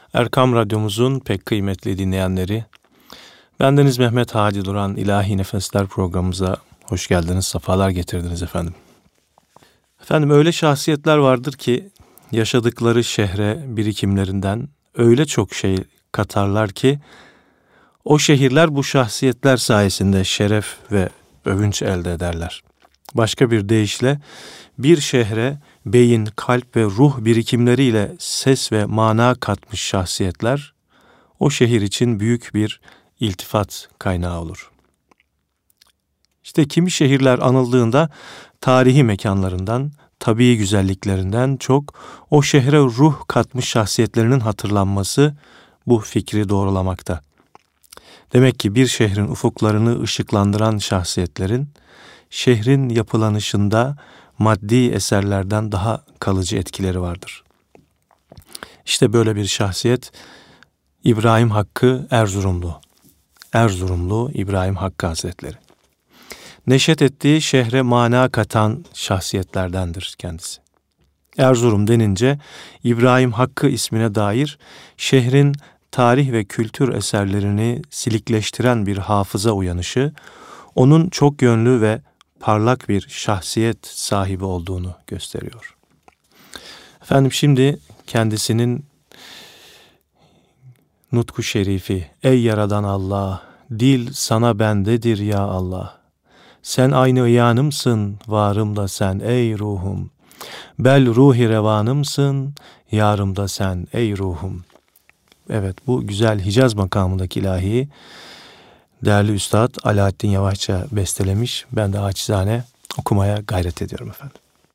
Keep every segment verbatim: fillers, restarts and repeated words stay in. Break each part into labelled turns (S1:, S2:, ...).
S1: Erkam Radyomuzun pek kıymetli dinleyenleri, bendeniz Mehmet Hadi Duran, İlahi Nefesler programımıza hoş geldiniz, sefalar getirdiniz efendim. Efendim öyle şahsiyetler vardır ki yaşadıkları şehre birikimlerinden öyle çok şey katarlar ki o şehirler bu şahsiyetler sayesinde şeref ve övünç elde ederler. Başka bir deyişle bir şehre beyin, kalp ve ruh birikimleriyle ses ve mana katmış şahsiyetler o şehir için büyük bir iltifat kaynağı olur. İşte kimi şehirler anıldığında tarihi mekanlarından, tabii güzelliklerinden çok o şehre ruh katmış şahsiyetlerinin hatırlanması bu fikri doğrulamakta. Demek ki bir şehrin ufuklarını ışıklandıran şahsiyetlerin şehrin yapılanışında maddi eserlerden daha kalıcı etkileri vardır. İşte böyle bir şahsiyet İbrahim Hakkı Erzurumlu. Erzurumlu İbrahim Hakkı Hazretleri. Neşet ettiği şehre mana katan şahsiyetlerdendir kendisi. Erzurum denince İbrahim Hakkı ismine dair şehrin tarih ve kültür eserlerini silikleştiren bir hafıza uyanışı, onun çok yönlü ve parlak bir şahsiyet sahibi olduğunu gösteriyor. Efendim şimdi kendisinin nutku şerifi, ey yaradan Allah, dil sana bendedir ya Allah. Sen aynı iyanımsın, varımda sen ey ruhum. Bel ruhi revanımsın, yarımda sen ey ruhum. Evet, bu güzel Hicaz makamındaki ilahiyi değerli Üstad Alaaddin Yavaşça bestelemiş. Ben de acizane okumaya gayret ediyorum efendim.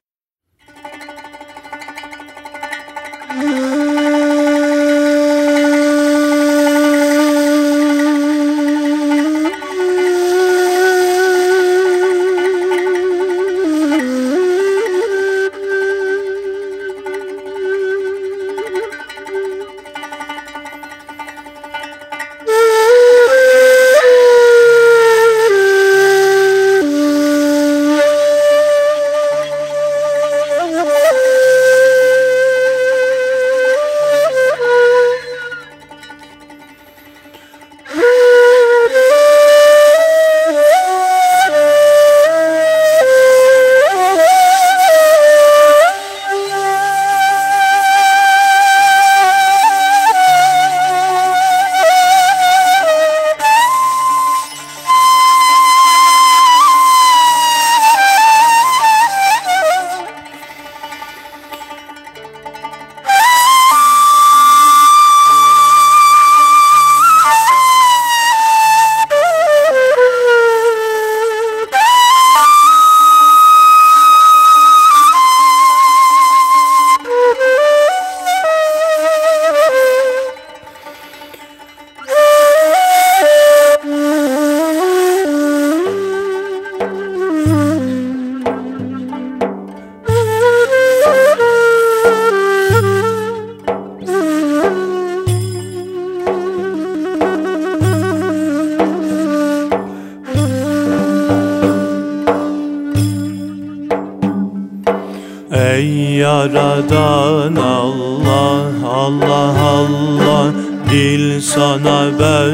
S2: Yaradan Allah, Allah, Allah, dil sana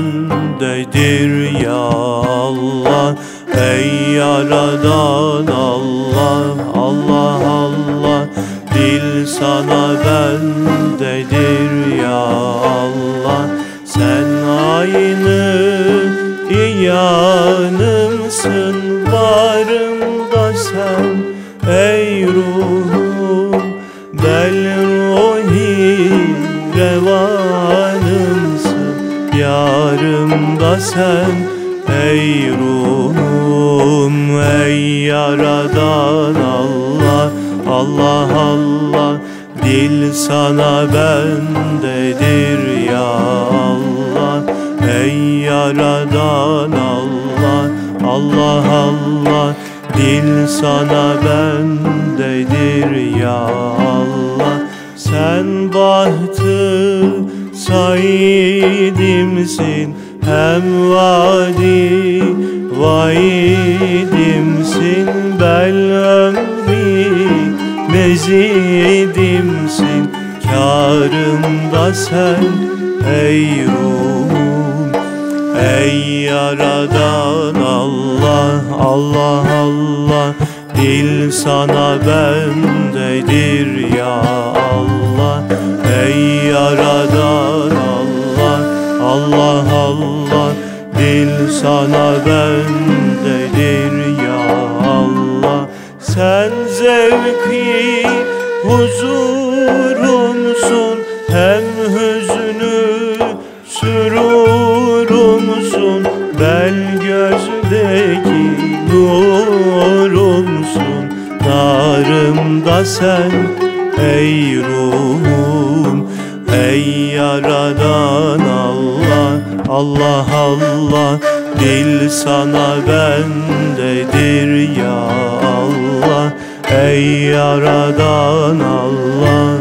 S2: bendedir ya Allah. Ey yaradan Allah, Allah, Allah, dil sana bendedir ya Allah. Sen aynı iyanımsın, varımda sen ey ruhum. Bel ruhi revanımsın, yarımda sen ey ruhum. Ey yaradan Allah, Allah, Allah, dil sana bendedir ya Allah. Ey yaradan Allah, Allah, Allah, dil sana bendedir ya Allah. Sen bahtı saidimsin, hem vadi vaidimsin. Bel ömri mezidimsin, yarımda sen ey ruhum. Ey yaradan Allah, Allah, Allah, dil sana bendedir ya Allah. Ey yaradan Allah, Allah, Allah, dil sana bendedir ya Allah. Sen zevki huzurumsun, hem hüznü sürurumsun, bel gözdeki nurumsun. Narımda sen ey ruhum. Ey yaradan Allah, Allah, Allah, dil sana bendedir ya Allah. Ey yaradan Allah,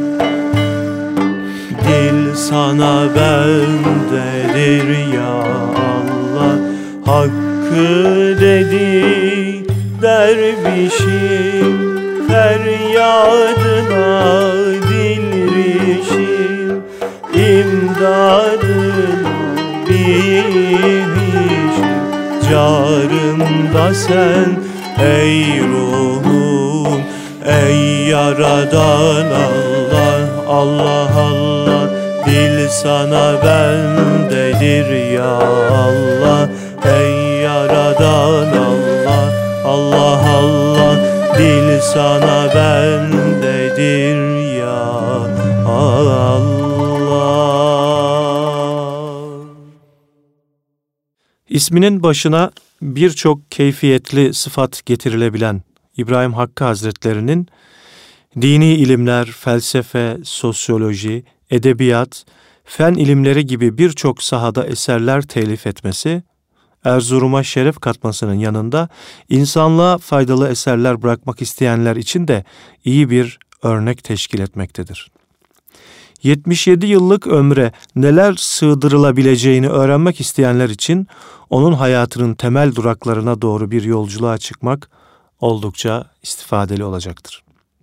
S2: dil sana bendedir ya Allah. Hakkı dedi dervişim, feryadına dilrişim, imdadına bihişim. Carımda sen ey ruhum. Ey yaradan Allah, Allah, Allah, dil sana bendedir ya Allah. Ey yaradan Allah, Allah, Allah, dil sana bendedir ya Allah.
S1: İsminin başına birçok keyfiyetli sıfat getirilebilen İbrahim Hakkı Hazretleri'nin dini ilimler, felsefe, sosyoloji, edebiyat, fen ilimleri gibi birçok sahada eserler telif etmesi, Erzurum'a şeref katmasının yanında insanlığa faydalı eserler bırakmak isteyenler için de iyi bir örnek teşkil etmektedir. yetmiş yedi yıllık ömre neler sığdırılabileceğini öğrenmek isteyenler için onun hayatının temel duraklarına doğru bir yolculuğa çıkmak oldukça istifadeli olacaktır.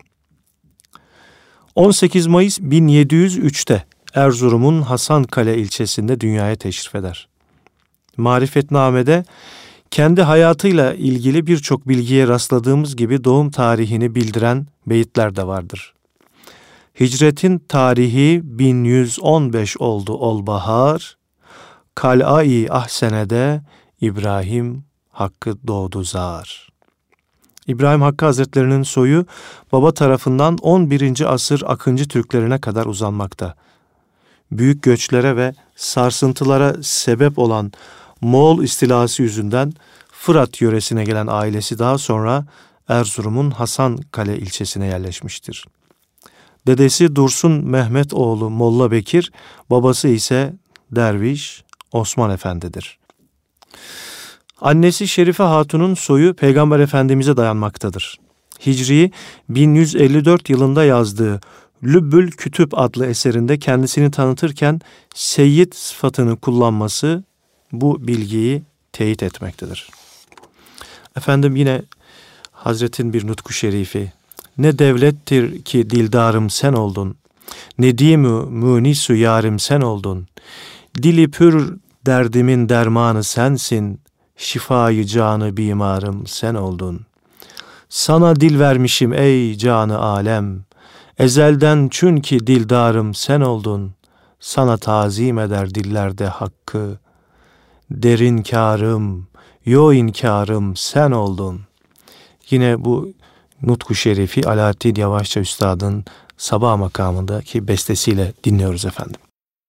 S1: on sekiz Mayıs bin yedi yüz üçte Erzurum'un Hasankale ilçesinde dünyaya teşrif eder. Marifetname'de kendi hayatıyla ilgili birçok bilgiye rastladığımız gibi doğum tarihini bildiren beyitler de vardır. Hicretin tarihi bin yüz on beş oldu ol bahar, Kal'a-i Ahsene'de İbrahim Hakkı doğdu zar. İbrahim Hakkı Hazretleri'nin soyu baba tarafından on birinci asır Akıncı Türklerine kadar uzanmakta. Büyük göçlere ve sarsıntılara sebep olan Moğol istilası yüzünden Fırat yöresine gelen ailesi daha sonra Erzurum'un Hasankale ilçesine yerleşmiştir. Dedesi Dursun Mehmet oğlu Molla Bekir, babası ise Derviş Osman Efendi'dir. Annesi Şerife Hatun'un soyu Peygamber Efendimiz'e dayanmaktadır. Hicri bin yüz elli dört yılında yazdığı Lübbül Kütüb adlı eserinde kendisini tanıtırken Seyyid sıfatını kullanması bu bilgiyi teyit etmektedir. Efendim yine Hazretin bir nutku şerifi, ne devlettir ki dildarım sen oldun, nedimü münisu yarim sen oldun, dili pür derdimin dermanı sensin, şifayı canı bimarım sen oldun. Sana dil vermişim ey canı alem, ezelden çünkü dildarım sen oldun, sana tazim eder dillerde hakkı, derin kârım, yo inkarım sen oldun. Yine bu nutku şerifi Alaaddin Yavaşça Üstad'ın Sabah makamındaki bestesiyle dinliyoruz efendim.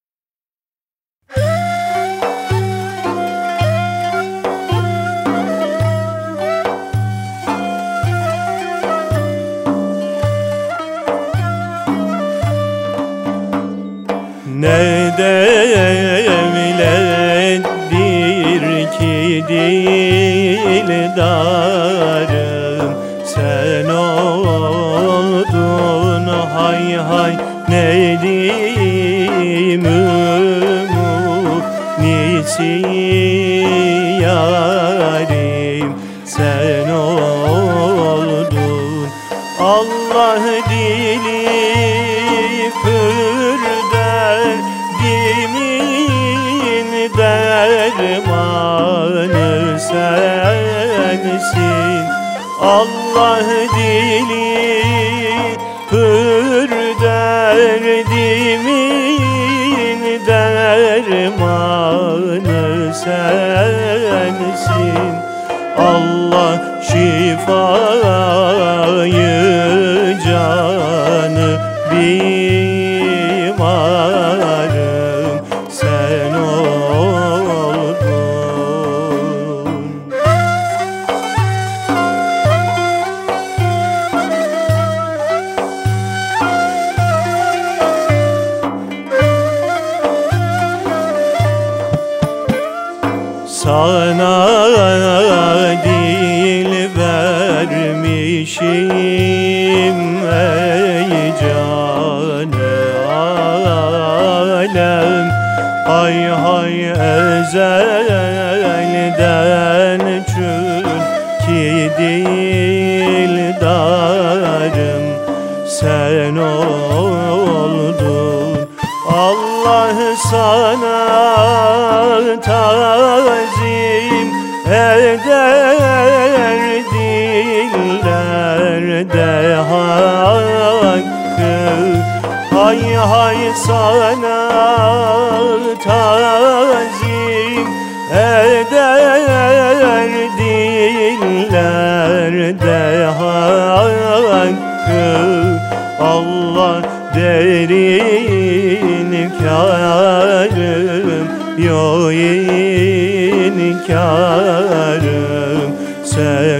S2: Ne devlettir ki dildarım sen oldun, hay hay ne diyeyim nisi yarim sen oldun. Allah dili sensin. Allah dili hür derdimin dermanı sensin. Allah şifayı canı bimarım sen oldun. Sana dil vermişim ey canı alem. Hay hay ezelden çünkü dildarım sen oldun. Allah sana tazim eder dillerde hakkı. Hay hay sana tazim eder dillerde hakkı. Allah derin kârım yo inkarım sen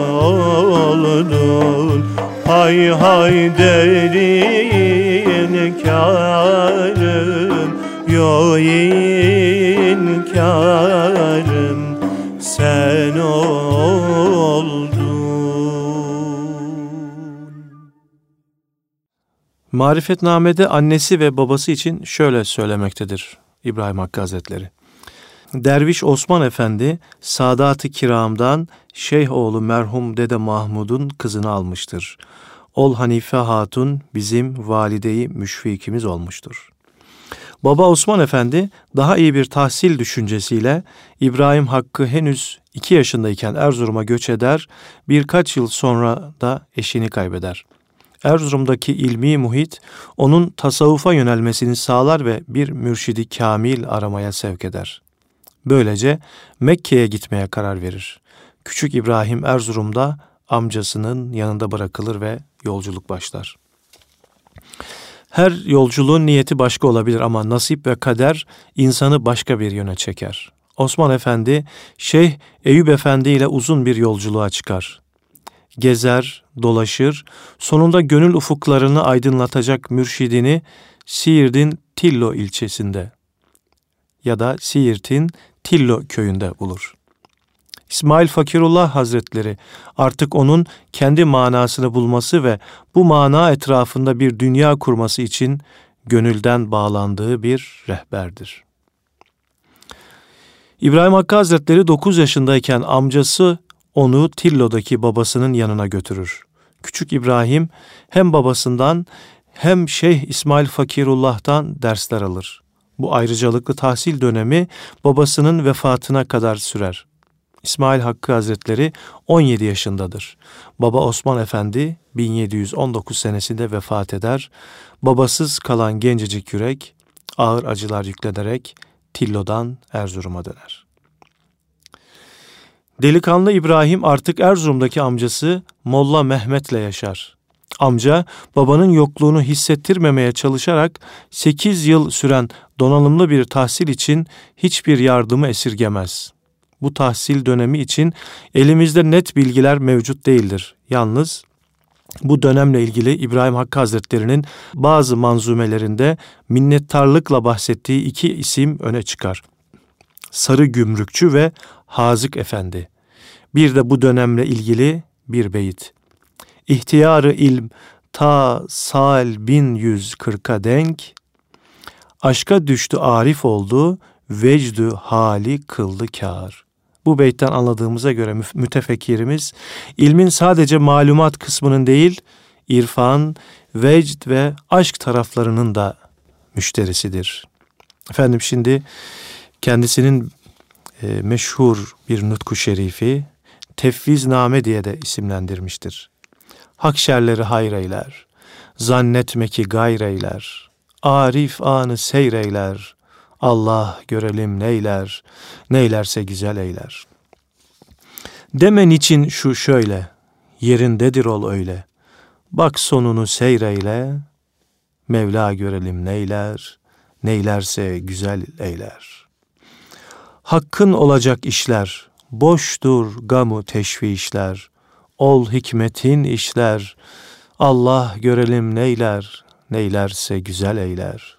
S2: oldun. Hay hay derin kârım yo inkarım sen oldun.
S1: Marifetname'de annesi ve babası için şöyle söylemektedir İbrahim Hakkı Hazretleri. Derviş Osman Efendi, Sadat-ı Kiram'dan Şeyh oğlu merhum Dede Mahmud'un kızını almıştır. Ol Hanife Hatun bizim valide-i müşfikimiz olmuştur. Baba Osman Efendi daha iyi bir tahsil düşüncesiyle İbrahim Hakkı henüz iki yaşındayken Erzurum'a göç eder, birkaç yıl sonra da eşini kaybeder. Erzurum'daki ilmi muhit onun tasavvufa yönelmesini sağlar ve bir mürşidi kamil aramaya sevk eder. Böylece Mekke'ye gitmeye karar verir. Küçük İbrahim Erzurum'da amcasının yanında bırakılır ve yolculuk başlar. Her yolculuğun niyeti başka olabilir ama nasip ve kader insanı başka bir yöne çeker. Osman Efendi, Şeyh Eyüp Efendi ile uzun bir yolculuğa çıkar. Gezer, dolaşır, sonunda gönül ufuklarını aydınlatacak mürşidini Siirt'in Tillo ilçesinde ya da Siirt'in Tillo köyünde bulur. İsmail Fakirullah Hazretleri artık onun kendi manasını bulması ve bu mana etrafında bir dünya kurması için gönülden bağlandığı bir rehberdir. İbrahim Hakkı Hazretleri dokuz yaşındayken amcası onu Tillo'daki babasının yanına götürür. Küçük İbrahim hem babasından hem Şeyh İsmail Fakirullah'tan dersler alır. Bu ayrıcalıklı tahsil dönemi babasının vefatına kadar sürer. İsmail Hakkı Hazretleri on yedi yaşındadır. Baba Osman Efendi bin yedi yüz on dokuz senesinde vefat eder. Babasız kalan gencecik yürek ağır acılar yüklenerek Tillo'dan Erzurum'a döner. Delikanlı İbrahim artık Erzurum'daki amcası Molla Mehmet'le yaşar. Amca babanın yokluğunu hissettirmemeye çalışarak sekiz yıl süren donanımlı bir tahsil için hiçbir yardımı esirgemez. Bu tahsil dönemi için elimizde net bilgiler mevcut değildir. Yalnız bu dönemle ilgili İbrahim Hakkı Hazretleri'nin bazı manzumelerinde minnettarlıkla bahsettiği iki isim öne çıkar. Sarı Gümrükçü ve Hazık Efendi. Bir de bu dönemle ilgili bir beyit. İhtiyarı ilm ta sal bin yüz kırka denk, aşka düştü arif oldu, vecdü hali kıldı kâr. Bu beytten anladığımıza göre mütefekkirimiz ilmin sadece malumat kısmının değil, irfan, vecd ve aşk taraflarının da müşterisidir. Efendim şimdi kendisinin e, meşhur bir nutku şerifi Tefvizname diye de isimlendirmiştir. Hak şerleri hayreyler, zannetme ki gayreyler, arif anı seyreyler, Allah görelim neyler, neylerse güzel eyler. Demen için şu şöyle, yerindedir ol öyle, bak sonunu seyreyle, Mevla görelim neyler, neylerse güzel eyler. Hakkın olacak işler, boştur gamu teşvişler, ol hikmetin işler, Allah görelim neyler, neylerse güzel eyler.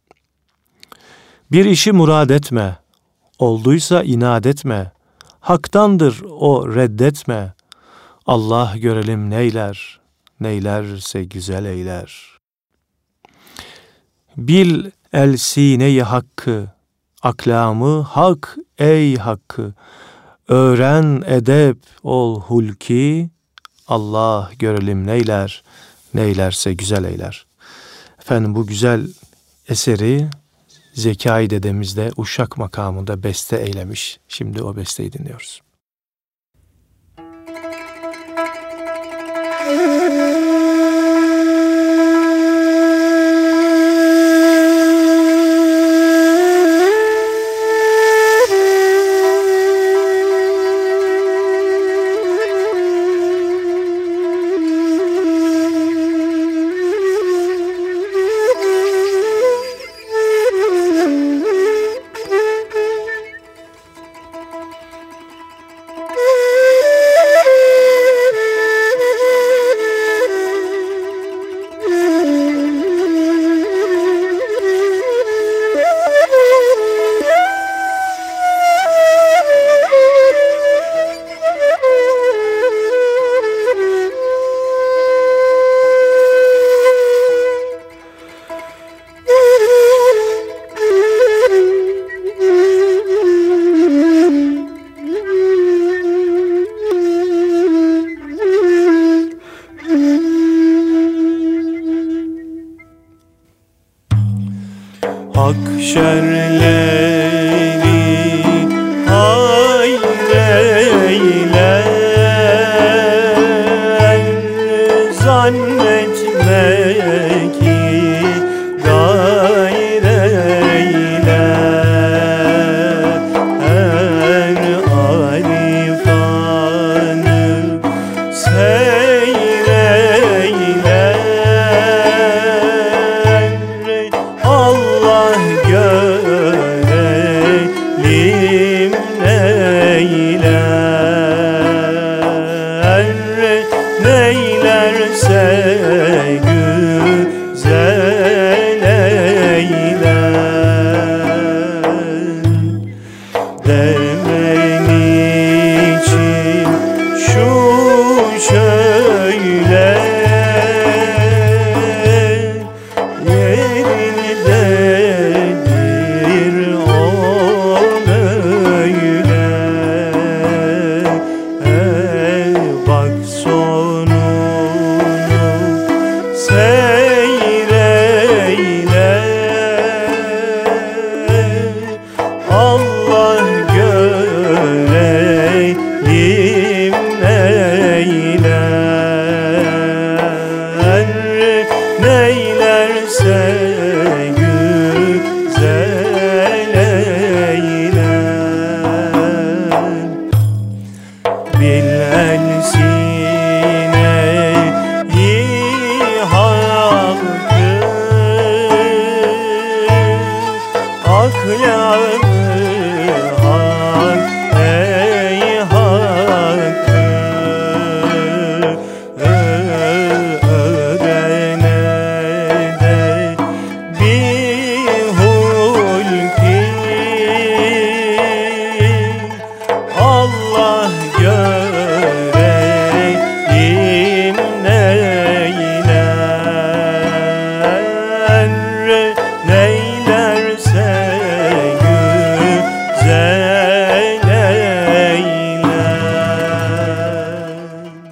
S1: Bir işi murad etme, olduysa inat etme, haktandır o reddetme, Allah görelim neyler, neylerse güzel eyler. Bil el sine-i hakkı, aklamı hak ey hakkı, öğren edep ol hulki, Allah görelim neyler, neylerse güzel eyler. Efendim bu güzel eseri Zekai dedemiz de Uşak makamında beste eylemiş. Şimdi o besteyi dinliyoruz.
S2: Hak şerleri hayreyler, zannetme ki gayreyler, arifanı seyreyler, Allah görelim neyler, neylerse güzel eyler. Demen için şu şöyle, yerindedir o öyle, bak sonunu seyreyle, Allah görelim neyler, neylerse güzel eyler. Bil el sine-i hakkı, aklamı hak ey hakkı, öğrene de bir hulki, Allah görelim neyler, neylerse güzel eyler.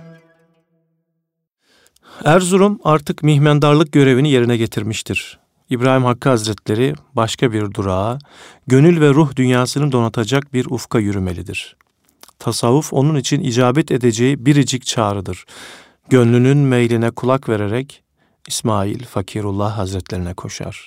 S1: Erzurum artık mihmendarlık görevini yerine getirmiştir. İbrahim Hakkı Hazretleri başka bir durağa, gönül ve ruh dünyasını donatacak bir ufka yürümelidir. Tasavvuf onun için icabet edeceği biricik çağrıdır. Gönlünün meyline kulak vererek İsmail Fakirullah Hazretlerine koşar.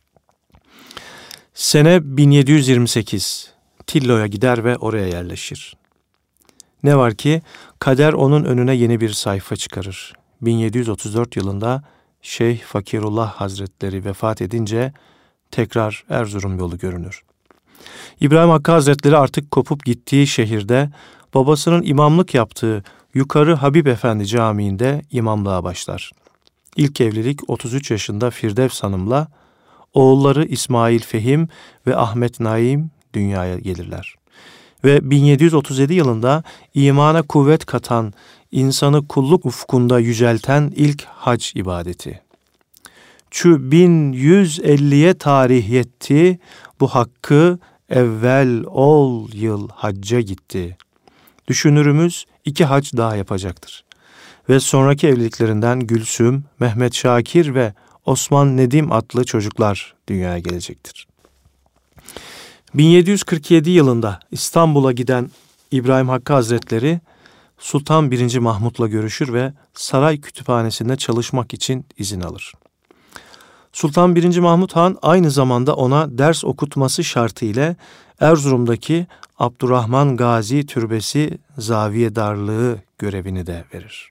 S1: Sene bin yedi yüz yirmi sekiz, Tillo'ya gider ve oraya yerleşir. Ne var ki kader onun önüne yeni bir sayfa çıkarır. bin yedi yüz otuz dört yılında Şeyh Fakirullah Hazretleri vefat edince tekrar Erzurum yolu görünür. İbrahim Hakkı Hazretleri artık kopup gittiği şehirde babasının imamlık yaptığı Yukarı Habib Efendi Camii'nde imamlığa başlar. İlk evlilik otuz üç yaşında Firdevs Hanım'la, oğulları İsmail Fehim ve Ahmet Naim dünyaya gelirler. Ve bin yedi yüz otuz yedi yılında imana kuvvet katan, insanı kulluk ufkunda yücelten ilk hac ibadeti. Çü bin yüz elliye tarih yetti, bu hakkı evvel ol yıl hacca gitti. Düşünürümüz iki hac daha yapacaktır. Ve sonraki evliliklerinden Gülsüm, Mehmet Şakir ve Osman Nedim adlı çocuklar dünyaya gelecektir. bin yedi yüz kırk yedi yılında İstanbul'a giden İbrahim Hakkı Hazretleri Sultan birinci. Mahmud'la görüşür ve saray kütüphanesinde çalışmak için izin alır. Sultan birinci. Mahmud Han aynı zamanda ona ders okutması şartı ile Erzurum'daki Abdurrahman Gazi Türbesi zaviyedarlığı görevini de verir.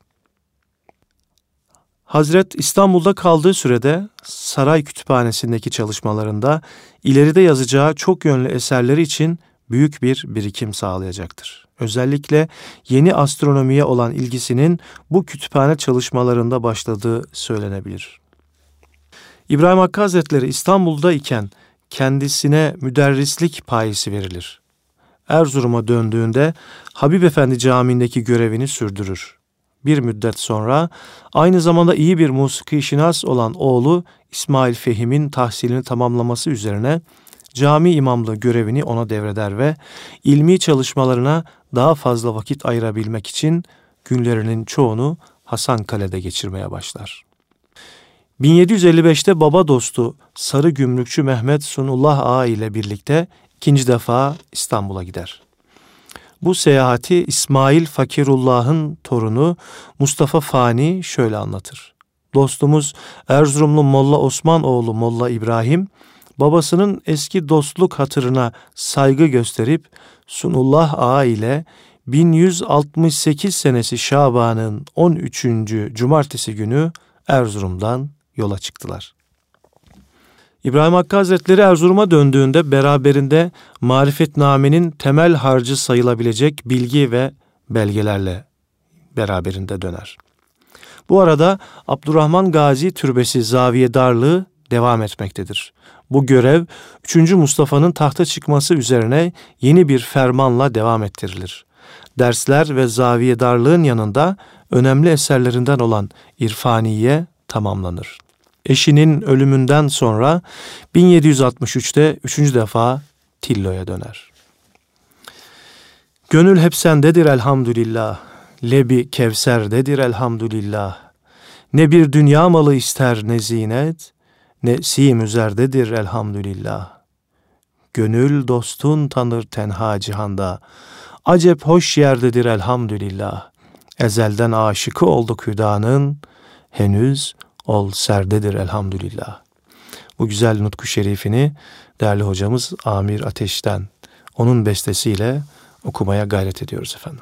S1: Hazret İstanbul'da kaldığı sürede saray kütüphanesindeki çalışmalarında ileride yazacağı çok yönlü eserleri için büyük bir birikim sağlayacaktır. Özellikle yeni astronomiye olan ilgisinin bu kütüphane çalışmalarında başladığı söylenebilir. İbrahim Hakkı Hazretleri İstanbul'da iken kendisine müderrislik payesi verilir. Erzurum'a döndüğünde Habib Efendi Camii'ndeki görevini sürdürür. Bir müddet sonra aynı zamanda iyi bir musikişinas olan oğlu İsmail Fehim'in tahsilini tamamlaması üzerine cami imamlığı görevini ona devreder ve ilmi çalışmalarına daha fazla vakit ayırabilmek için günlerinin çoğunu Hasankale'de geçirmeye başlar. bin yedi yüz elli beşte baba dostu Sarı Gümrükçü Mehmet Sunullah Ağa ile birlikte ikinci defa İstanbul'a gider. Bu seyahati İsmail Fakirullah'ın torunu Mustafa Fani şöyle anlatır. Dostumuz Erzurumlu Molla Osmanoğlu Molla İbrahim, babasının eski dostluk hatırına saygı gösterip Sunullah Ağa ile bin yüz altmış sekiz senesi Şaban'ın on üçüncü cumartesi günü Erzurum'dan yola çıktılar. İbrahim Hakkı Hazretleri Erzurum'a döndüğünde beraberinde marifetnamenin temel harcı sayılabilecek bilgi ve belgelerle beraberinde döner. Bu arada Abdurrahman Gazi Türbesi zaviyedarlığı devam etmektedir. Bu görev üçüncü. Mustafa'nın tahta çıkması üzerine yeni bir fermanla devam ettirilir. Dersler ve zaviyedarlığın yanında önemli eserlerinden olan İrfaniye tamamlanır. Eşinin ölümünden sonra bin yedi yüz altmış üçte üçüncü defa Tillo'ya döner. Gönül hep sendedir elhamdülillah, lebi kevserdedir elhamdülillah. Ne bir dünya malı ister ne zinet, ne sim üzerdedir elhamdülillah. Gönül dostun tanır tenha cihanda, acep hoş yerdedir elhamdülillah. Ezelden aşıkı olduk hüdanın, henüz ol serdedir elhamdülillah. Bu güzel nutku şerifini değerli hocamız Amir Ateş'ten onun bestesiyle okumaya gayret ediyoruz efendim.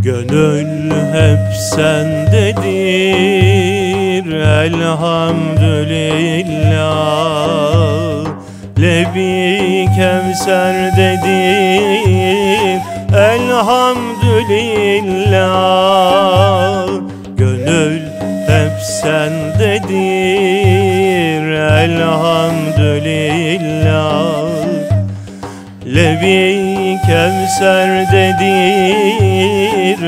S2: Gönül hep sendedir, elhamdülillah. Lebi Kevser'dedir, elhamdülillah. Gönül hep sendedir, elhamdülillah. Lebi Kevser'dedir,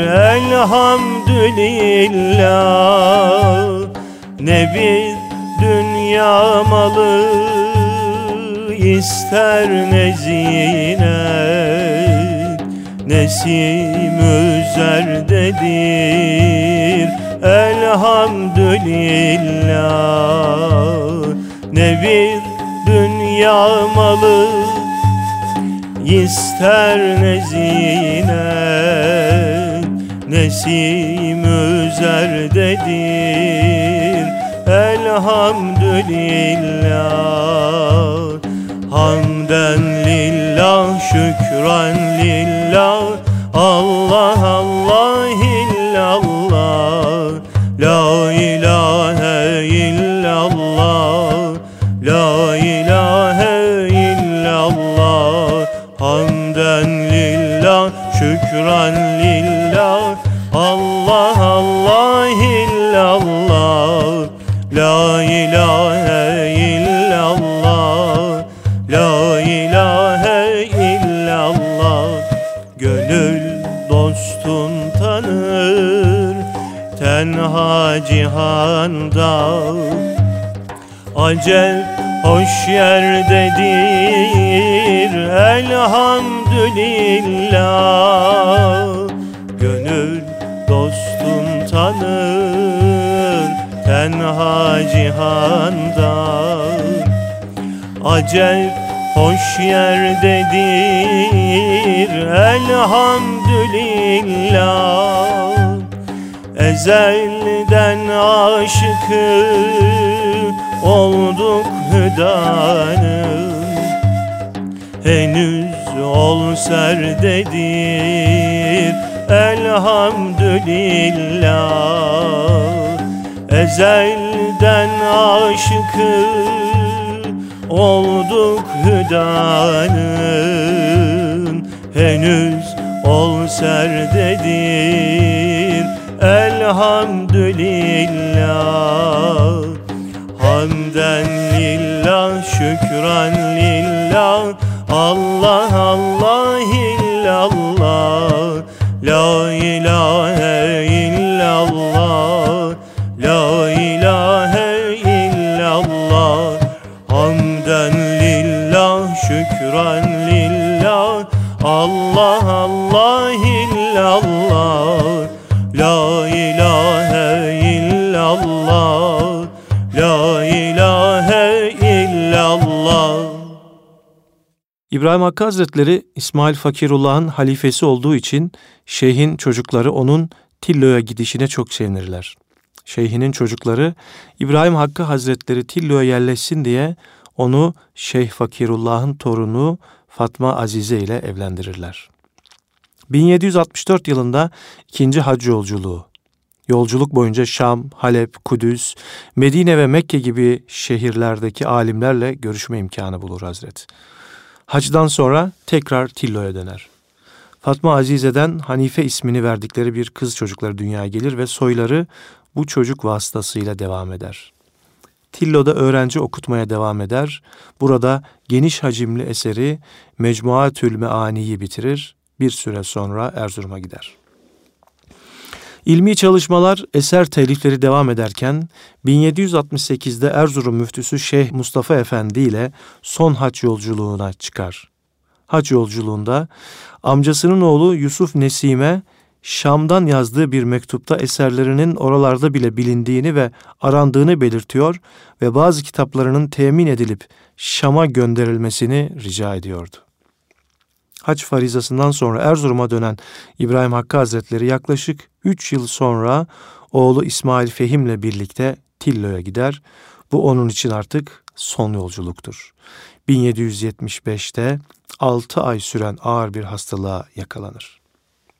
S2: elhamdülillah. Ne bir dünya malı ister ne zinet, nesim üzerdedir, elhamdülillah. Ne bir dünya malı ister ne zinet, nesim üzerdedir, elhamdülillah. Hamden lillah, şükran lillah, Allah Allah illallah. La ilahe illallah, la ilahe illallah. Hamden lillah, şükran lillah, Allah Allah illallah. La ilahe illallah, la ilahe illallah. Gönül dostun tanır tenha cihanda, acep hoş yerdedir, elhamdülillah. Gönül dostum tanır tenha cihanda, acep hoş yerdedir, elhamdülillah. Ezelden aşıkı olduk hüdanın, henüz ol serdedir, elhamdülillah. Ezelden aşıkı olduk hüdanın, henüz ol serdedir, elhamdülillah. Hamden lillah, şükran lillah, Allah Allah illallah. La ilahe illallah, la ilahe illallah. Hamden lillah, şükran lillah, Allah Allah illallah. La ilahe illallah, la ilahe illallah.
S1: İbrahim Hakkı Hazretleri İsmail Fakirullah'ın halifesi olduğu için şeyhin çocukları onun Tillo'ya gidişine çok sevinirler. Şeyhinin çocukları İbrahim Hakkı Hazretleri Tillo'ya yerleşsin diye onu Şeyh Fakirullah'ın torunu Fatma Azize ile evlendirirler. bin yedi yüz altmış dört yılında ikinci hac yolculuğu. Yolculuk boyunca Şam, Halep, Kudüs, Medine ve Mekke gibi şehirlerdeki alimlerle görüşme imkanı bulur Hazret. Hacdan sonra tekrar Tillo'ya döner. Fatma Azize'den Hanife ismini verdikleri bir kız çocukları dünyaya gelir ve soyları bu çocuk vasıtasıyla devam eder. Tillo'da öğrenci okutmaya devam eder. Burada geniş hacimli eseri Mecmuatül Meani'yi bitirir. Bir süre sonra Erzurum'a gider. İlmi çalışmalar, eser telifleri devam ederken bin yedi yüz altmış sekizde Erzurum müftüsü Şeyh Mustafa Efendi ile son hac yolculuğuna çıkar. Hac yolculuğunda amcasının oğlu Yusuf Nesim'e Şam'dan yazdığı bir mektupta eserlerinin oralarda bile bilindiğini ve arandığını belirtiyor ve bazı kitaplarının temin edilip Şam'a gönderilmesini rica ediyordu. Hac farizasından sonra Erzurum'a dönen İbrahim Hakkı Hazretleri yaklaşık üç yıl sonra oğlu İsmail Fehim'le birlikte Tillo'ya gider. Bu onun için artık son yolculuktur. bin yedi yüz yetmiş beşte altı ay süren ağır bir hastalığa yakalanır.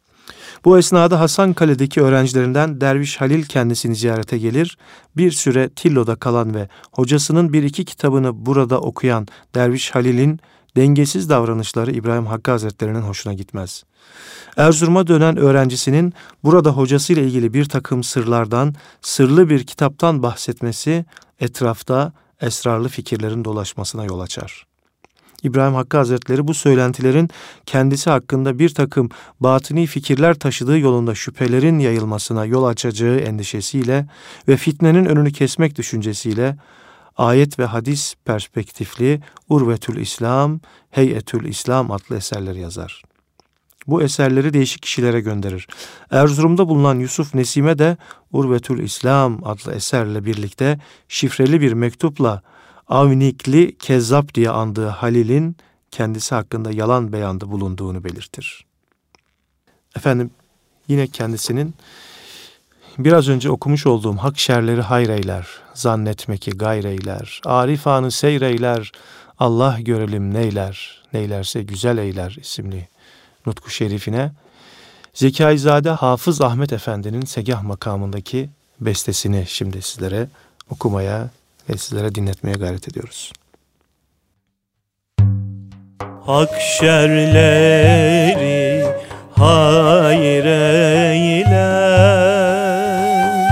S1: Bu esnada Hasankale'deki öğrencilerinden Derviş Halil kendisini ziyarete gelir. Bir süre Tillo'da kalan ve hocasının bir iki kitabını burada okuyan Derviş Halil'in dengesiz davranışları İbrahim Hakkı Hazretleri'nin hoşuna gitmez. Erzurum'a dönen öğrencisinin burada hocasıyla ilgili bir takım sırlardan, sırlı bir kitaptan bahsetmesi etrafta esrarlı fikirlerin dolaşmasına yol açar. İbrahim Hakkı Hazretleri bu söylentilerin kendisi hakkında bir takım batıni fikirler taşıdığı yolunda şüphelerin yayılmasına yol açacağı endişesiyle ve fitnenin önünü kesmek düşüncesiyle ayet ve hadis perspektifli Urvetül İslam, Heyetül İslam adlı eserler yazar. Bu eserleri değişik kişilere gönderir. Erzurum'da bulunan Yusuf Nesime de Urvetül İslam adlı eserle birlikte şifreli bir mektupla Avnikli Kezzap diye andığı Halil'in kendisi hakkında yalan beyanda bulunduğunu belirtir. Efendim yine kendisinin biraz önce okumuş olduğum hak şerleri hayreyler, zannetme ki gayreyler, arifanı seyreyler, Allah görelim neyler, neylerse güzel eyler isimli nutku şerifine Zekaizade Hafız Ahmet Efendi'nin Segah makamındaki bestesini şimdi sizlere okumaya ve sizlere dinletmeye gayret ediyoruz.
S2: Hak şerleri hayreyler,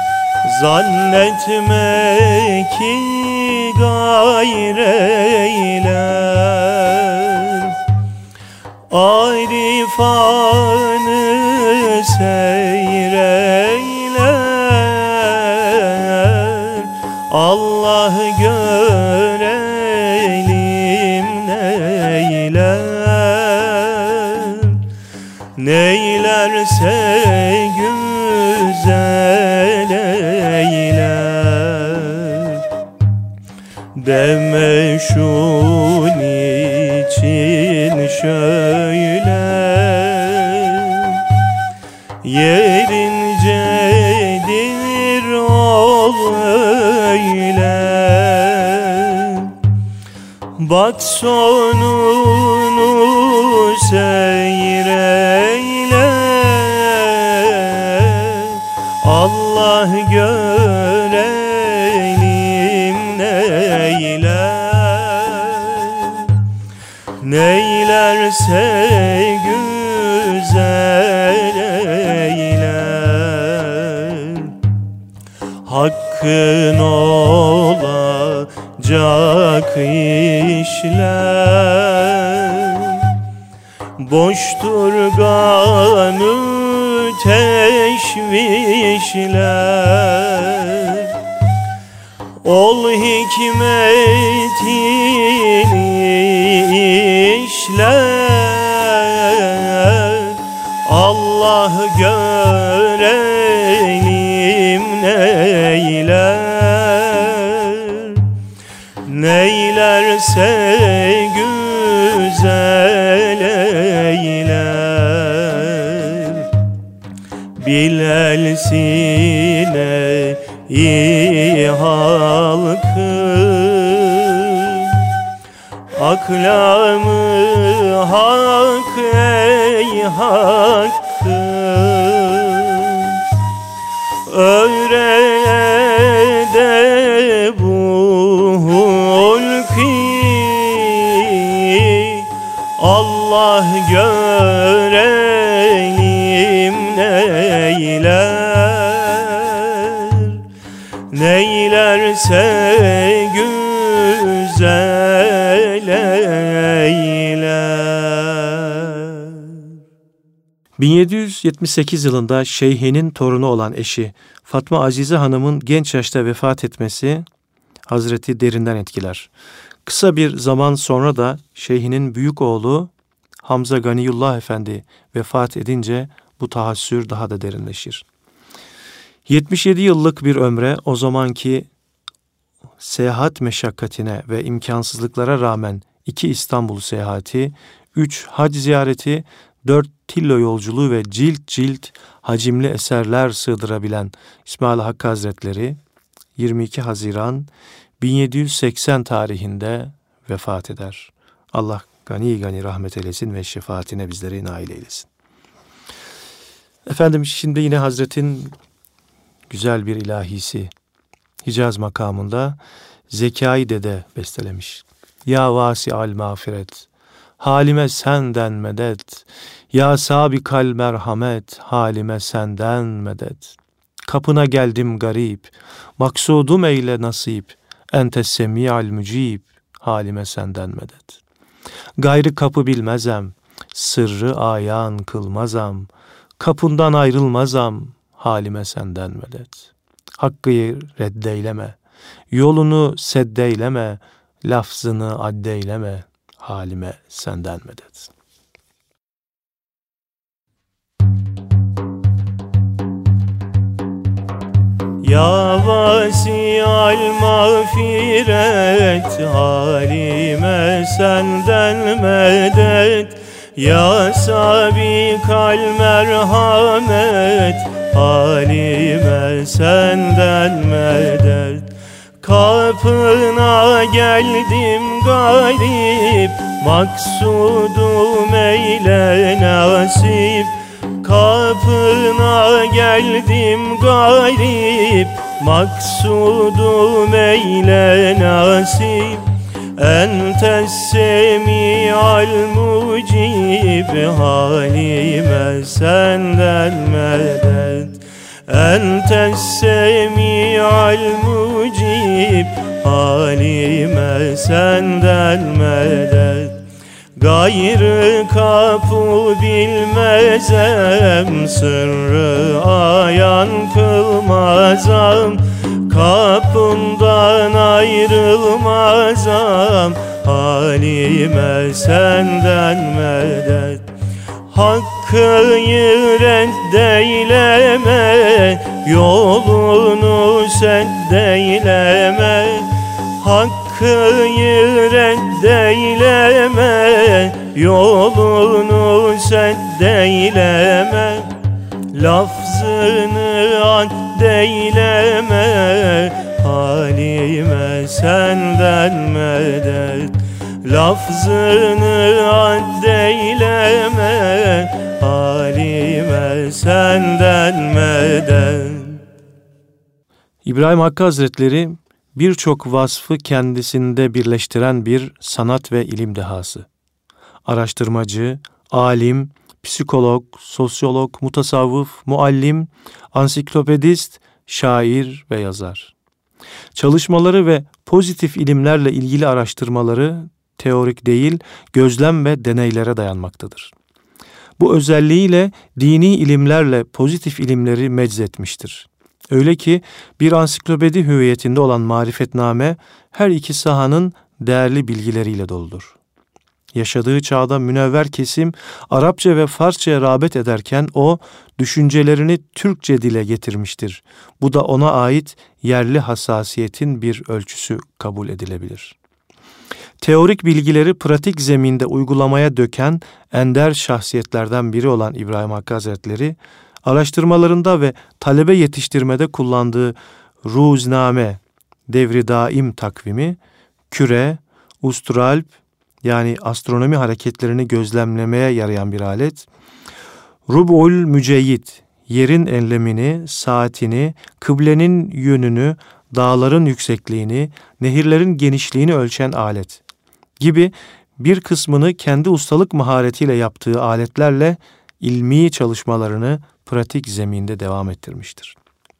S2: zannetme ki gayreyler, arifanı seyreyler, Allah görelim neyler, neylerse güzel eyler. Deme şun için şöyle, yerincedir ol öyle. Bak sonunu seyreyle, Allah görelim neyler, neylerse güzel eyler. Hakkın olacak işler, boştur gânı teşvişler. Ol hikmetini işler, Allah görelim neyler, neylerse güzel eyler. Bilelsine iyi halkı, aklamı hak ey hakkı. Öğre bu hulki, Allah görelim neyler, neylerse güzel eyler.
S1: bin yedi yüz yetmiş sekiz yılında şeyhinin torunu olan eşi Fatma Azize Hanım'ın genç yaşta vefat etmesi Hazreti derinden etkiler. Kısa bir zaman sonra da şeyhinin büyük oğlu Hamza Ganiyullah Efendi vefat edince bu tahassür daha da derinleşir. yetmiş yedi yıllık bir ömre, o zamanki seyahat meşakkatine ve imkansızlıklara rağmen iki İstanbul seyahati, üç hac ziyareti, dört Tillo yolculuğu ve cilt cilt hacimli eserler sığdırabilen İsmail Hakkı Hazretleri yirmi iki Haziran bin yedi yüz seksen tarihinde vefat eder. Allah gani gani rahmet eylesin ve şefaatine bizleri nail eylesin. Efendim şimdi yine Hazret'in güzel bir ilahisi Hicaz makamında Zekai Dede bestelemiş. Ya vasi'al mağfiret, halime senden medet. Ya sabikal merhamet, halime senden medet. Kapına geldim garip, maksudum eyle nasip. Entes semi'al mücib, halime senden medet. Gayrı kapı bilmezem, sırrı ayan kılmazam. Kapından ayrılmazam, halime senden medet. Hakkı reddeyleme, yolunu seddeyleme, lafzını addeyleme, halime senden medet.
S2: Ya vasi'al mağfiret, halime senden medet. Ya sabikal merhamet, halime senden medet. Kapına geldim garip, maksudum eyle nasip. Kapına geldim garip, maksudum eyle nasip. Entes semi'al mucib, halime senden medet. Entes semi'al mucib, halime senden medet. Gayrı kapı bilmezem, sırrı ayan kılmazam. Kapından ayrılmazam, halime senden medet. Hakkıyı reddeyleme, yolunu seddeyleme. Hakkıyı reddeyleme, yolunu seddeyleme. Lafzını addeyleme, halime senden medet. Lafzını addeyleme, halime senden medet.
S1: İbrahim Hakkı Hazretleri birçok vasfı kendisinde birleştiren bir sanat ve ilim dehası. Araştırmacı, alim, psikolog, sosyolog, mutasavvıf, muallim, ansiklopedist, şair ve yazar. Çalışmaları ve pozitif ilimlerle ilgili araştırmaları teorik değil, gözlem ve deneylere dayanmaktadır. Bu özelliğiyle dini ilimlerle pozitif ilimleri meczetmiştir. Öyle ki bir ansiklopedi hüviyetinde olan Marifetname her iki sahanın değerli bilgileriyle doludur. Yaşadığı çağda münevver kesim Arapça ve Farsça'ya rağbet ederken o düşüncelerini Türkçe dile getirmiştir. Bu da ona ait yerli hassasiyetin bir ölçüsü kabul edilebilir. Teorik bilgileri pratik zeminde uygulamaya döken ender şahsiyetlerden biri olan İbrahim Hakkı Hazretleri, araştırmalarında ve talebe yetiştirmede kullandığı Ruzname, devri daim takvimi, küre, ustralp yani astronomi hareketlerini gözlemlemeye yarayan bir alet, Rub'ul Müceyyid, yerin enlemini, saatini, kıblenin yönünü, dağların yüksekliğini, nehirlerin genişliğini ölçen alet gibi bir kısmını kendi ustalık maharetiyle yaptığı aletlerle ilmi çalışmalarını pratik zeminde devam ettirmiştir.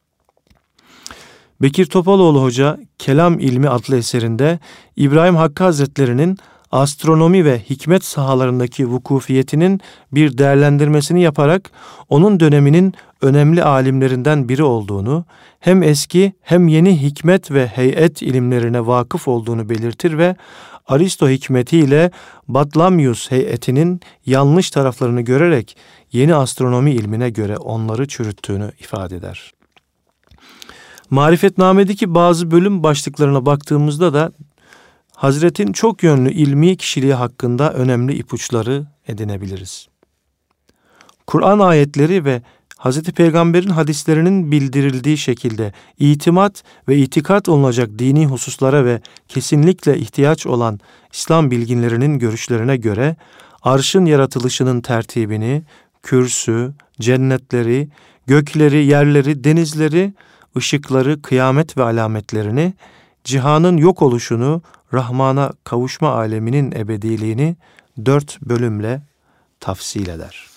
S1: Bekir Topaloğlu Hoca, Kelam İlmi adlı eserinde İbrahim Hakkı Hazretleri'nin astronomi ve hikmet sahalarındaki vukufiyetinin bir değerlendirmesini yaparak onun döneminin önemli alimlerinden biri olduğunu, hem eski hem yeni hikmet ve heyet ilimlerine vakıf olduğunu belirtir ve Aristo hikmetiyle Batlamyus heyetinin yanlış taraflarını görerek yeni astronomi ilmine göre onları çürüttüğünü ifade eder. Marifetname'deki bazı bölüm başlıklarına baktığımızda da Hazret'in çok yönlü ilmi kişiliği hakkında önemli ipuçları edinebiliriz. Kur'an ayetleri ve Hazreti Peygamber'in hadislerinin bildirildiği şekilde itimat ve itikat olunacak dini hususlara ve kesinlikle ihtiyaç olan İslam bilginlerinin görüşlerine göre arşın yaratılışının tertibini, kürsü, cennetleri, gökleri, yerleri, denizleri, ışıkları, kıyamet ve alametlerini, cihanın yok oluşunu, Rahman'a kavuşma aleminin ebediliğini dört bölümle tafsil eder.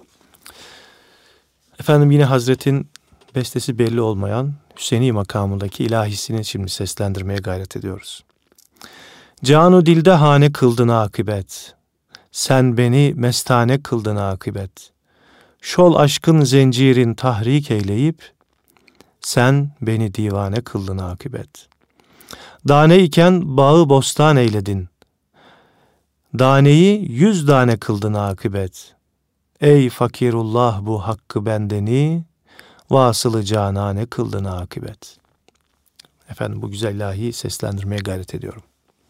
S1: Efendim yine Hazret'in bestesi belli olmayan Hüseyni makamındaki ilahisini şimdi seslendirmeye gayret ediyoruz. Canu dilde hane kıldın akıbet, sen beni mestane kıldın akıbet. Şol aşkın zencirin tahrik eyleyip, sen beni divane kıldın akıbet. Dane iken bağı bostan eyledin, daneyi yüz tane kıldın akıbet. Ey fakirullah bu hakkı bendeni, vasılı canane kıldın akıbet. Efendim bu güzel ilahiyi seslendirmeye gayret ediyorum.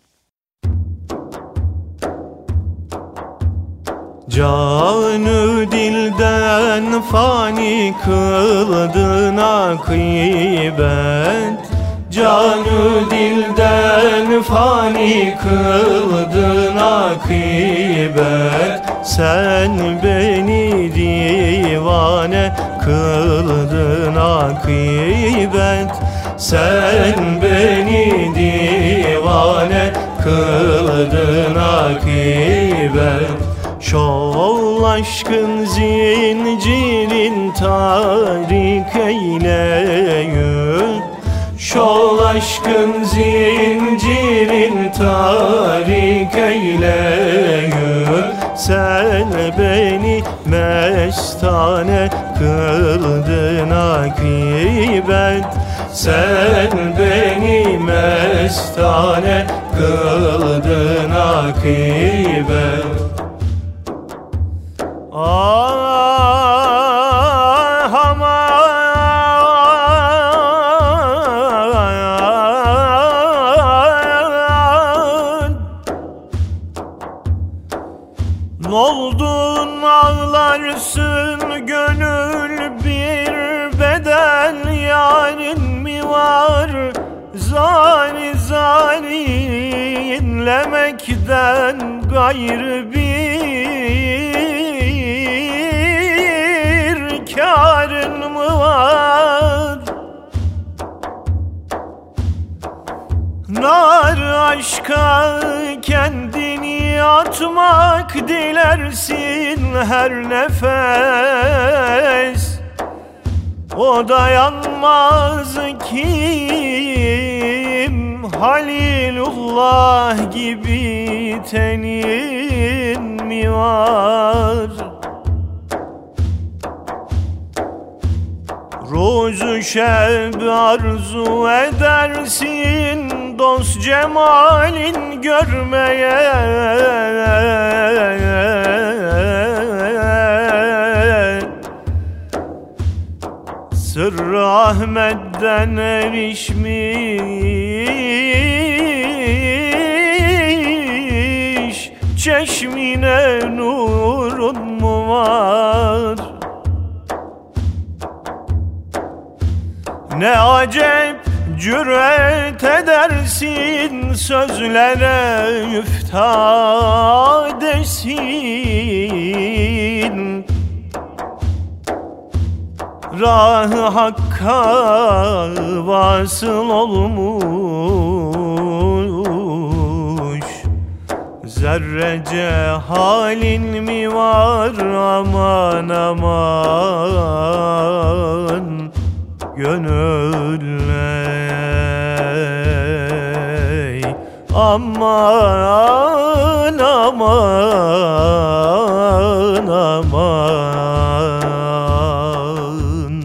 S2: Canı dilden fani kıldın akıbet, canı dilden fani kıldın akıbet. Sen beni divane kıldın akıbet, sen beni divane kıldın akıbet. Şol aşkın zincirin tahrik eyleyip, şol aşkın zincirin tahrik eyleyip, sen beni mestane kıldın akıbet, sen beni mestane kıldın akıbet. Ah aman, noldun ağlarsın gönül, bir bedel yarın mi var? Zani zani inlemekten gayrı bir kârın mı var? Nar aşka kendini atmak dilersin her nefes, o dayanmaz kim Halilullah gibi tenin mi var? Rozu şeb arzu edersin dost cemalin görmeye, Sırrı Ahmet'ten erişmiş, çeşmine nurun mu var? Ne acep cüret edersin sözlere müftadesin, Rah-ı Hakk'a vasıl olmuş, zerrece halin mi var? Aman aman gönül ey, aman aman aman.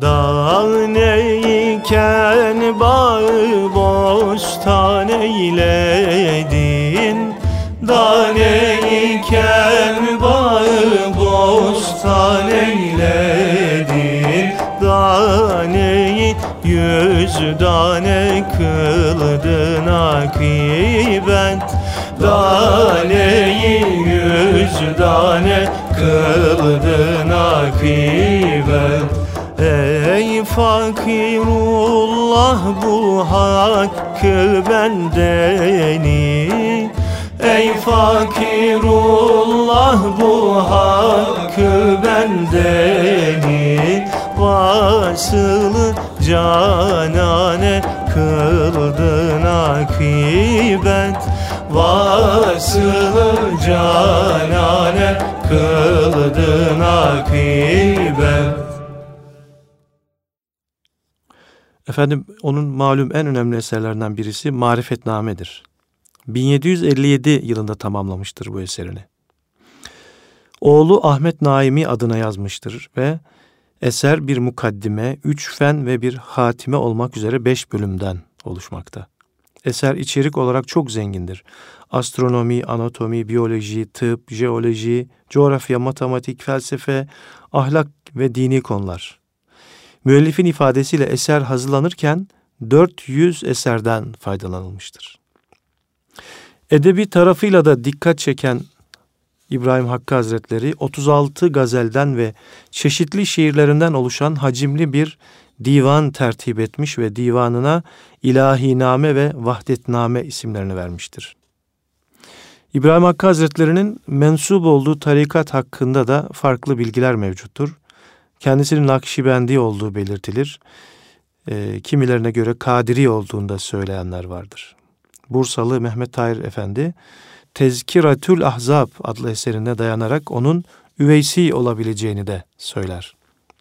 S2: Daneyken bağı bostan eyledin, daneyken bağı bostan eyledin, daneyi yüz tane kıldın akıbet, daneyi yüz tane kıldın akıbet. Ey fakirullah bu hakkı bendeni, ey fakirullah bu hakkı bendeni, Asıl canane kıldın akibe.
S1: Efendim onun malum en önemli eserlerinden birisi Marifetname'dir. bin yedi yüz elli yedi yılında tamamlamıştır bu eserini. Oğlu Ahmet Naimi adına yazmıştır ve eser bir mukaddime, üç fen ve bir hatime olmak üzere beş bölümden oluşmakta. Eser içerik olarak çok zengindir. Astronomi, anatomi, biyoloji, tıp, jeoloji, coğrafya, matematik, felsefe, ahlak ve dini konular. Müellifin ifadesiyle eser hazırlanırken dört yüz eserden faydalanılmıştır. Edebi tarafıyla da dikkat çeken İbrahim Hakkı Hazretleri otuz altı gazelden ve çeşitli şiirlerinden oluşan hacimli bir divan tertip etmiş ve divanına İlahiname ve Vahdetname isimlerini vermiştir. İbrahim Hakkı Hazretleri'nin mensup olduğu tarikat hakkında da farklı bilgiler mevcuttur. Kendisinin Nakşibendi olduğu belirtilir. E, kimilerine göre Kadiri olduğunu da söyleyenler vardır. Bursalı Mehmet Tahir Efendi, Tezkiratül Ahzab adlı eserine dayanarak onun Üveysi olabileceğini de söyler.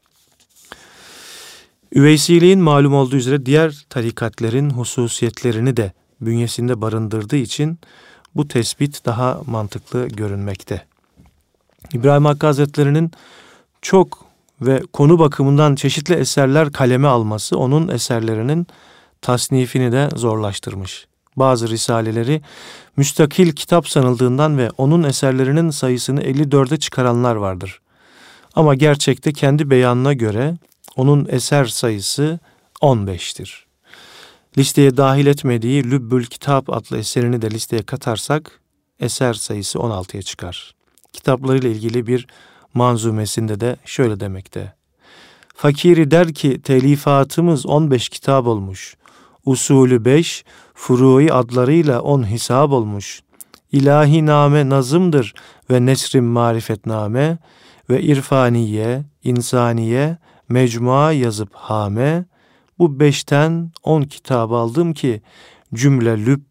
S1: Üveysiliğin malum olduğu üzere diğer tarikatlerin hususiyetlerini de bünyesinde barındırdığı için bu tespit daha mantıklı görünmekte. İbrahim Hakkı Hazretleri'nin çok ve konu bakımından çeşitli eserler kaleme alması onun eserlerinin tasnifini de zorlaştırmış. Bazı risaleleri müstakil kitap sanıldığından ve onun eserlerinin sayısını elli dörde çıkaranlar vardır. Ama gerçekte kendi beyanına göre onun eser sayısı on beştir. Listeye dahil etmediği Lübbül Kitap adlı eserini de listeye katarsak eser sayısı on altıya çıkar. Kitaplarıyla ilgili bir manzumesinde de şöyle demekte: Fakiri der ki telifatımız on beş kitap olmuş. Usulü beş, furui adlarıyla on hisab olmuş. İlahiname nazımdır ve nesrim marifetname ve irfaniye, insaniye, mecmua yazıp hame. Bu beşten on kitab aldım ki cümle lüb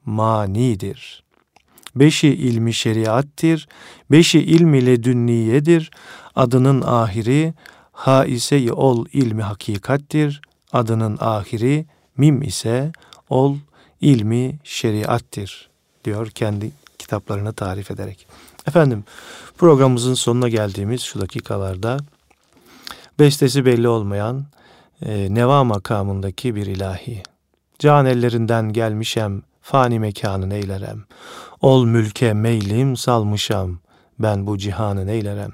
S1: manidir. Beşi ilmi şeriattir, beşi ilmi ledünniyedir. Adının ahiri ha ise ol ilmi hakikattir. Adının ahiri mim ise ol ilmi şeriattir diyor kendi kitaplarını tarif ederek. Efendim programımızın sonuna geldiğimiz şu dakikalarda bestesi belli olmayan e, neva makamındaki bir ilahi. Can ellerinden gelmişem fani mekanı neylerem. Ol mülke meylim salmışam ben bu cihanı neylerem.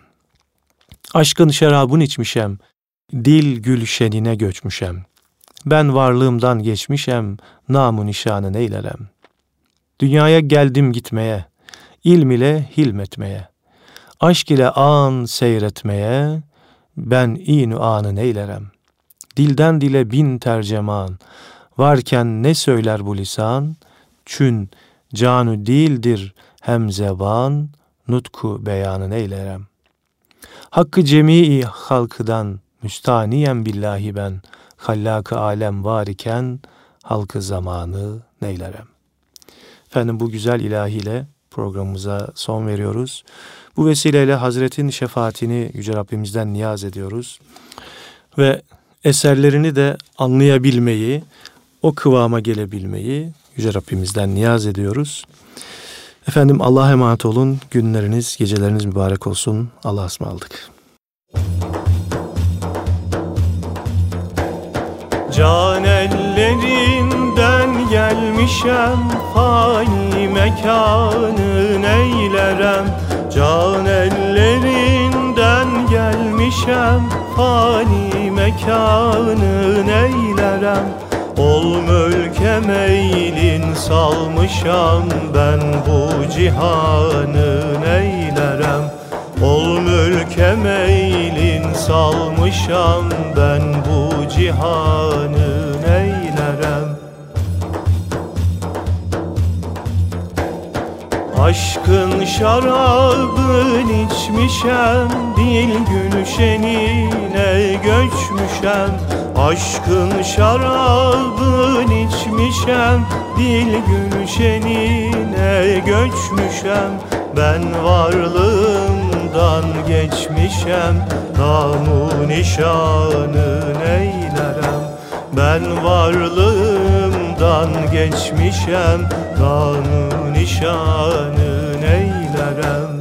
S1: Aşkın şarabın içmişem dil gülşenine göçmüşem. Ben varlığımdan geçmişem, namı nişanı neylerem. Dünyaya geldim gitmeye, ilm ile hilmetmeye. Aşk ile an seyretmeye, ben inu anı neylerem. Dilden dile bin terceman, varken ne söyler bu lisan? Çün canü değildir hem zeban, nutku beyanı neylerem. Hakkı cemii halkıdan müstaniyen billahi ben, hallâk-ı alem var iken halkı zamanı neylerem. Efendim bu güzel ilahiyle programımıza son veriyoruz. Bu vesileyle Hazretin şefaatini Yüce Rabbimizden niyaz ediyoruz. Ve eserlerini de anlayabilmeyi, o kıvama gelebilmeyi Yüce Rabbimizden niyaz ediyoruz. Efendim Allah'a emanet olun. Günleriniz, geceleriniz mübarek olsun. Allah'a ısmarladık.
S2: Can ellerinden gelmişem fani mekanı neylerem. Can ellerinden gelmişem fani mekanı neylerem. Ol mülke meylin salmışam ben bu cihanı neylerem. Ol mülke meylin salmışam ben bu cihanı neylerem. Aşkın şarabın iç geçmişem, dil gülşenine göçmüşem. Aşkın şarabın içmişem, dil gülşenine göçmüşem. Ben varlığımdan geçmişem, namı nişanı neylerem. Ben varlığımdan geçmişem, namı nişanı neylerem.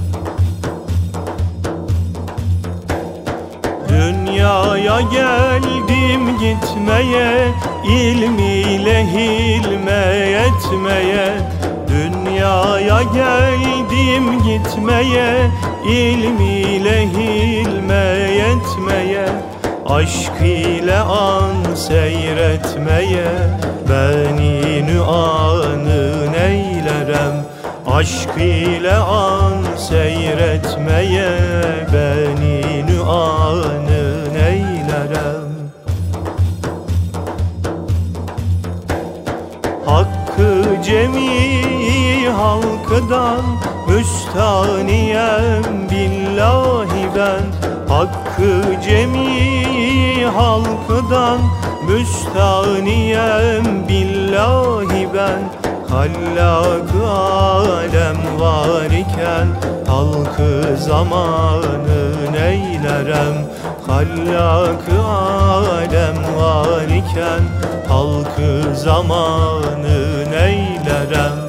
S2: Dünyaya geldim gitmeye, ilmiyle hilme yetmeye. Dünyaya geldim gitmeye, ilmiyle hilme yetmeye. Aşk ile an seyretmeye, beni nüanı neylerem. Aşk ile an seyretmeye, beni nüanı neylerem. Hakkı cemi halkıdan müstaniyem billahi ben. Hakkı cemi halkıdan müstaniyem billahi ben. Hallak-ı alem var iken, halkı zamanı neylerem. Hallak-ı alem var iken, halkı zamanı neylerem.